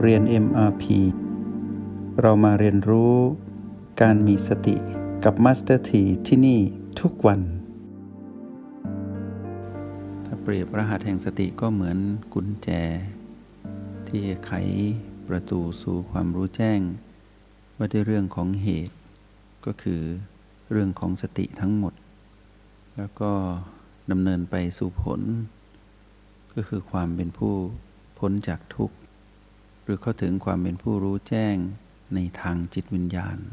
เรียน MRP เรามาเรียนรู้การมีสติกับ Master T ที่นี่ทุกวันถ้าเปรียบรหัสแห่งสติก็เหมือนกุญแจที่ไขประตูสู่ความรู้แจ้งว่าด้วยเรื่องของเหตุก็คือเรื่องของสติทั้งหมดแล้วก็ดำเนินไปสู่ผลก็คือความเป็นผู้พ้นจากทุกข์หรือเข้าถึงความเป็นผู้รู้แจ้งในทางจิตวิญญาณ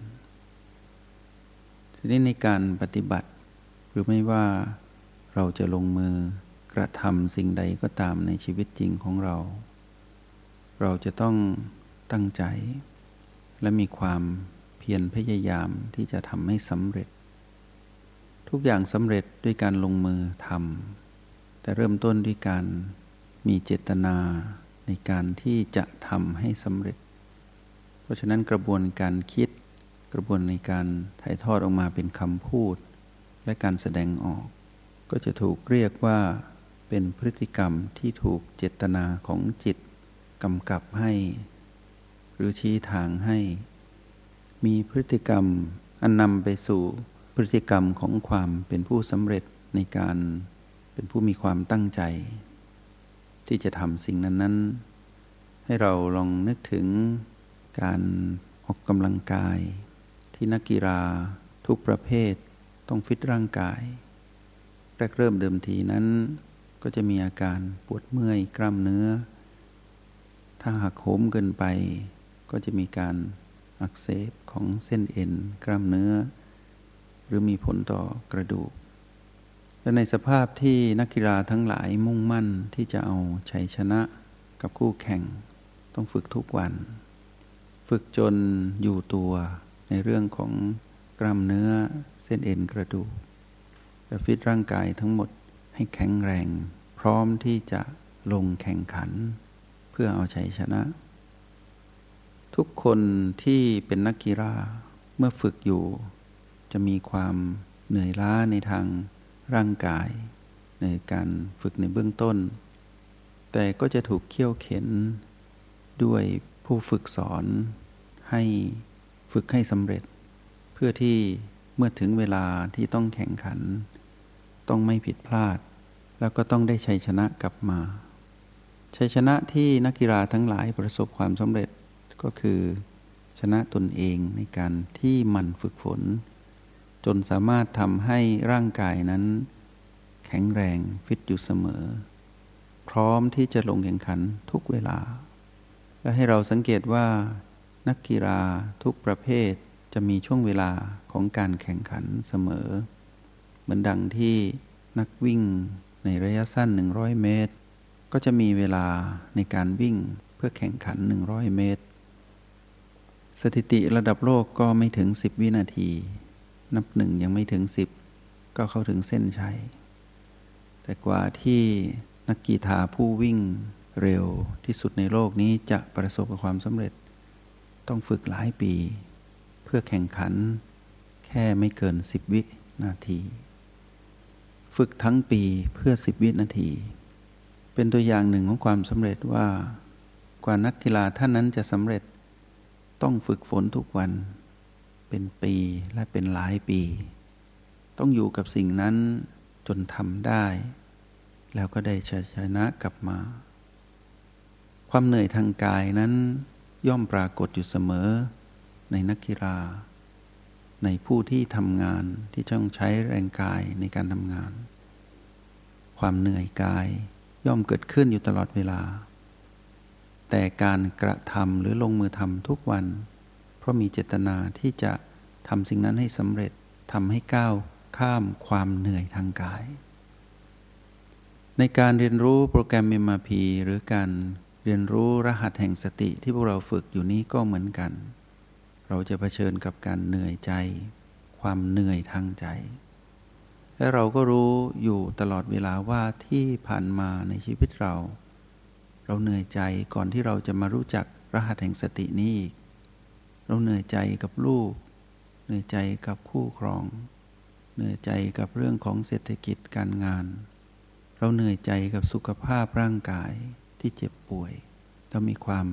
ทีนี้ในการปฏิบัติหรือไม่ว่าเราจะลงมือกระทำสิ่งใดก็ตามในชีวิตจริงของเราเราจะต้องตั้งใจและมีความเพียรพยายามที่จะทำให้สำเร็จทุกอย่างสำเร็จด้วยการลงมือทำแต่เริ่มต้นด้วยการมีเจตนาในการที่จะทำให้สำเร็จเพราะฉะนั้นกระบวนการคิดกระบวนในการถ่ายทอดออกมาเป็นคำพูดและการแสดงออกก็จะถูกเรียกว่าเป็นพฤติกรรมที่ถูกเจตนาของจิตกำกับให้หรือชี้ทางให้มีพฤติกรรมอันนำไปสู่พฤติกรรมของความเป็นผู้สำเร็จในการเป็นผู้มีความตั้งใจที่จะทำสิ่งนั้นๆให้เราลองนึกถึงการออกกำลังกายที่นักกีฬาทุกประเภทต้องฟิตร่างกายแรกเริ่มเดิมทีนั้นก็จะมีอาการปวดเมื่อยกล้ามเนื้อถ้าหักโหมเกินไปก็จะมีการอักเสบของเส้นเอ็นกล้ามเนื้อหรือมีผลต่อกระดูกและในสภาพที่นักกีฬาทั้งหลายมุ่งมั่นที่จะเอาชัยชนะกับคู่แข่งต้องฝึกทุกวันฝึกจนอยู่ตัวในเรื่องของกล้ามเนื้อเส้นเอ็นกระดูกและฟิตร่างกายทั้งหมดให้แข็งแรงพร้อมที่จะลงแข่งขันเพื่อเอาชัยชนะทุกคนที่เป็นนักกีฬาเมื่อฝึกอยู่จะมีความเหนื่อยล้าในทางร่างกายในการฝึกในเบื้องต้นแต่ก็จะถูกเคี่ยวเข็นด้วยผู้ฝึกสอนให้ฝึกให้สำเร็จเพื่อที่เมื่อถึงเวลาที่ต้องแข่งขันต้องไม่ผิดพลาดแล้วก็ต้องได้ชัยชนะกลับมาชัยชนะที่นักกีฬาทั้งหลายประสบความสำเร็จก็คือชนะตนเองในการที่หมั่นฝึกฝนจนสามารถทำให้ร่างกายนั้นแข็งแรงฟิตอยู่เสมอพร้อมที่จะลงแข่งขันทุกเวลาและให้เราสังเกตว่านักกีฬาทุกประเภทจะมีช่วงเวลาของการแข่งขันเสมอเหมือนดังที่นักวิ่งในระยะสั้น100 เมตรก็จะมีเวลาในการวิ่งเพื่อแข่งขัน100 เมตรสถิติระดับโลกก็ไม่ถึง10 วินาทีนับหนึ่งยังไม่ถึง10ก็เข้าถึงเส้นชัยแต่กว่าที่นักกีฬาผู้วิ่งเร็วที่สุดในโลกนี้จะประสบกับความสำเร็จต้องฝึกหลายปีเพื่อแข่งขันแค่ไม่เกิน10 วินาทีฝึกทั้งปีเพื่อ10 วินาทีเป็นตัวอย่างหนึ่งของความสำเร็จว่ากว่านักกีฬาท่านนั้นจะสำเร็จต้องฝึกฝนทุกวันเป็นปีและเป็นหลายปีต้องอยู่กับสิ่งนั้นจนทำได้แล้วก็ได้ชัยชนะกลับมาความเหนื่อยทางกายนั้นย่อมปรากฏอยู่เสมอในนักกีฬาในผู้ที่ทำงานที่ต้องใช้แรงกายในการทำงานความเหนื่อยกายย่อมเกิดขึ้นอยู่ตลอดเวลาแต่การกระทำหรือลงมือทำทุกวันเพราะมีเจตนาที่จะทำสิ่งนั้นให้สำเร็จทำให้ก้าวข้ามความเหนื่อยทางกายในการเรียนรู้โปรแกรม MRP หรือการเรียนรู้รหัสแห่งสติที่พวกเราฝึกอยู่นี้ก็เหมือนกันเราจะเผชิญกับการเหนื่อยใจความเหนื่อยทางใจและเราก็รู้อยู่ตลอดเวลาว่าที่ผ่านมาในชีวิตเราเหนื่อยใจก่อนที่เราจะมารู้จักรหัสแห่งสตินี้อีกเราเหนื่อยใจกับลูกเหนื่อยใจกับคู่ครองเหนื่อยใจกับเรื่องของเศรษฐกิจการงานเราเหนื่อยใจกับสุขภาพร่างกายที่เจ็บป่วยเรามีความ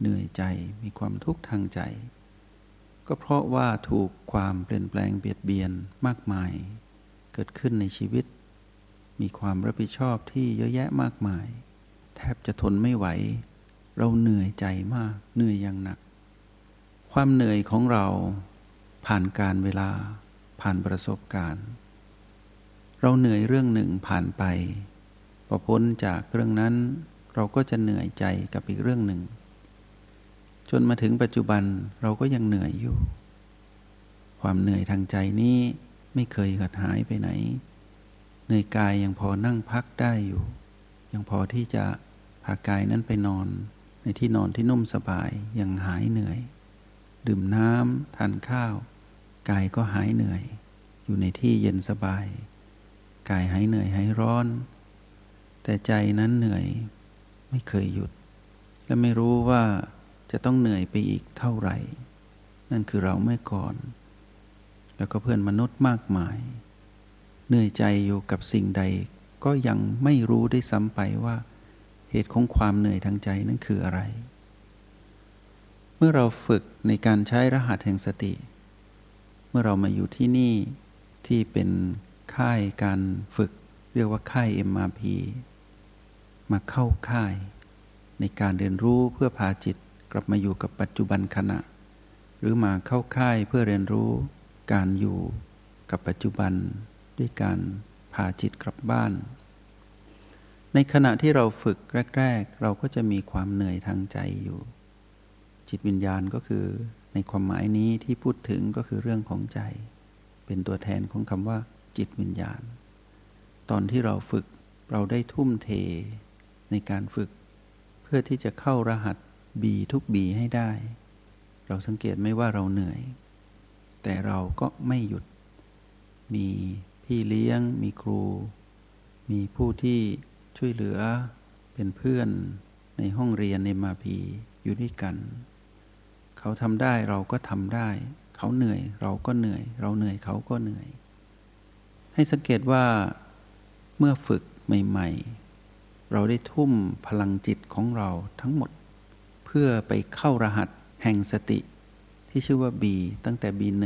เหนื่อยใจมีความทุกข์ทางใจก็เพราะว่าถูกความเปลี่ยนแปลงเบียดเบียนมากมายเกิดขึ้นในชีวิตมีความรับผิดชอบที่เยอะแยะมากมายแทบจะทนไม่ไหวเราเหนื่อยใจมากเหนื่อยอย่างหนักความเหนื่อยของเราผ่านการเวลาผ่านประสบการณ์เราเหนื่อยเรื่องหนึ่งผ่านไปพอพ้นจากเรื่องนั้นเราก็จะเหนื่อยใจกับอีกเรื่องหนึ่งจนมาถึงปัจจุบันเราก็ยังเหนื่อยอยู่ความเหนื่อยทางใจนี้ไม่เคยขาดหายไปไหนเหนื่อยกายยังพอนั่งพักได้อยู่ยังพอที่จะพากายนั้นไปนอนในที่นอนที่นุ่มสบายยังหายเหนื่อยดื่มน้ำทานข้าวกายก็หายเหนื่อยอยู่ในที่เย็นสบายกายหายเหนื่อยหายร้อนแต่ใจนั้นเหนื่อยไม่เคยหยุดและไม่รู้ว่าจะต้องเหนื่อยไปอีกเท่าไหร่นั่นคือเราเมื่อก่อนแล้วก็เพื่อนมนุษย์มากมายเหนื่อยใจอยู่กับสิ่งใดก็ยังไม่รู้ได้ซ้ำไปว่าเหตุของความเหนื่อยทางใจนั้นคืออะไรเมื่อเราฝึกในการใช้รหัสแห่งสติเมื่อเรามาอยู่ที่นี่ที่เป็นค่ายการฝึกเรียกว่าค่าย MRP มาเข้าค่ายในการเรียนรู้เพื่อพาจิตกลับมาอยู่กับปัจจุบันขณะหรือมาเข้าค่ายเพื่อเรียนรู้การอยู่กับปัจจุบันด้วยการพาจิตกลับบ้านในขณะที่เราฝึกแรกๆเราก็จะมีความเหนื่อยทางใจอยู่จิตวิญญาณก็คือในความหมายนี้ที่พูดถึงก็คือเรื่องของใจเป็นตัวแทนของคำว่าจิตวิญญาณตอนที่เราฝึกเราได้ทุ่มเทในการฝึกเพื่อที่จะเข้ารหัสบีทุกบีให้ได้เราสังเกตไม่ว่าเราเหนื่อยแต่เราก็ไม่หยุดมีพี่เลี้ยงมีครูมีผู้ที่ช่วยเหลือเป็นเพื่อนในห้องเรียนในMRPอยู่ด้วยกันเขาทำได้เราก็ทำได้เขาเหนื่อยเราก็เหนื่อยเราเหนื่อยเขาก็เหนื่อยให้สังเกตว่าเมื่อฝึกใหม่ๆเราได้ทุ่มพลังจิตของเราทั้งหมดเพื่อไปเข้ารหัสแห่งสติที่ชื่อว่า B ตั้งแต่ B1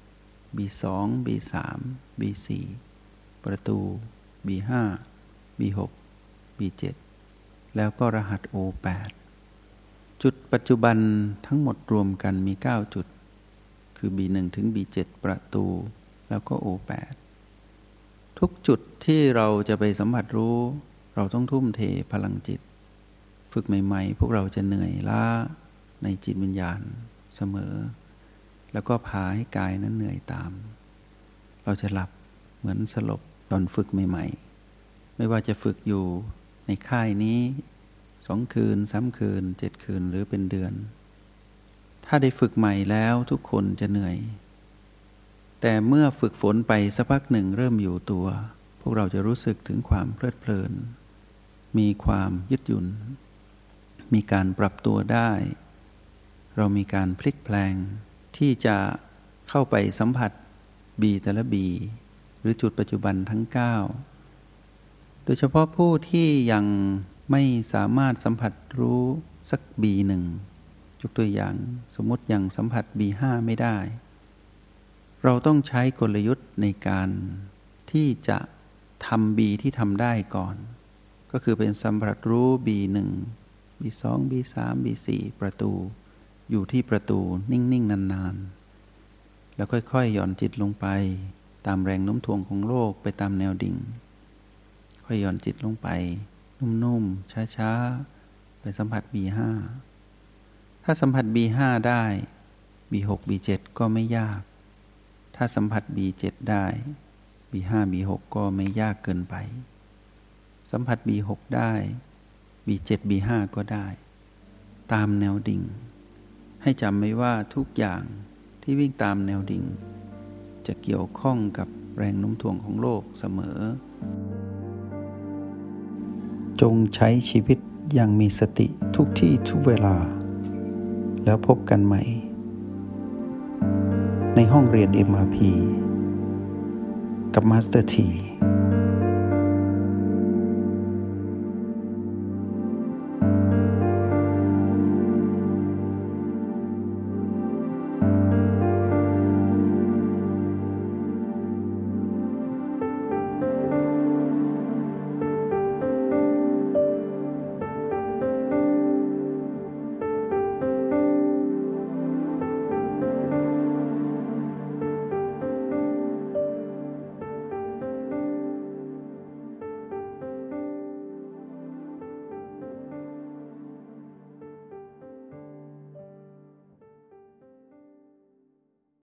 B2 B3 B4 ประตู B5 B6 B7 แล้วก็รหัส O8 จุดปัจจุบันทั้งหมดรวมกันมี9จุดคือ B1 ถึง B7 ประตูแล้วก็ O8 ทุกจุดที่เราจะไปสัมผัสรู้เราต้องทุ่มเทพลังจิตฝึกใหม่ๆพวกเราจะเหนื่อยล้าในจิตวิญญาณเสมอแล้วก็พาให้กายนั้นเหนื่อยตามเราจะหลับเหมือนสลบตอนฝึกใหม่ๆไม่ว่าจะฝึกอยู่ในค่ายนี้2 คืน3 คืน7 คืนหรือเป็นเดือนถ้าได้ฝึกใหม่แล้วทุกคนจะเหนื่อยแต่เมื่อฝึกฝนไปสักพักหนึ่งเริ่มอยู่ตัวพวกเราจะรู้สึกถึงความเพลิดเพลินมีความยืดหยุ่นมีการปรับตัวได้เรามีการพลิกแปลงที่จะเข้าไปสัมผัสบีแต่ละบีหรือจุดปัจจุบันทั้ง9โดยเฉพาะผู้ที่ยังไม่สามารถสัมผัสรู้สักบีหนึ่งยกตัวอย่างสมมติยังสัมผัสบี5ไม่ได้เราต้องใช้กลยุทธ์ในการที่จะทำบีที่ทำได้ก่อนก็คือเป็นสัมผัสรู้บี1บี2บี3บี4ประตูอยู่ที่ประตูนิ่งๆนานๆแล้วค่อยๆหย่อนจิตลงไปตามแรงโน้มถ่วงของโลกไปตามแนวดิ่งค่อยหย่อนจิตลงไปนุ่มๆช้าๆไปสัมผัส B5 ถ้าสัมผัส B5 ได้ B6 B7 ก็ไม่ยากถ้าสัมผัส B7 ได้ B5 B6 ก็ไม่ยากเกินไปสัมผัส B6 ได้ B7 B5 ก็ได้ตามแนวดิ่งให้จำไว้ว่าทุกอย่างที่วิ่งตามแนวดิ่งจะเกี่ยวข้องกับแรงโน้มถ่วงของโลกเสมอจงใช้ชีวิตอย่างมีสติทุกที่ทุกเวลาแล้วพบกันใหม่ในห้องเรียน MRP กับมาสเตอร์ที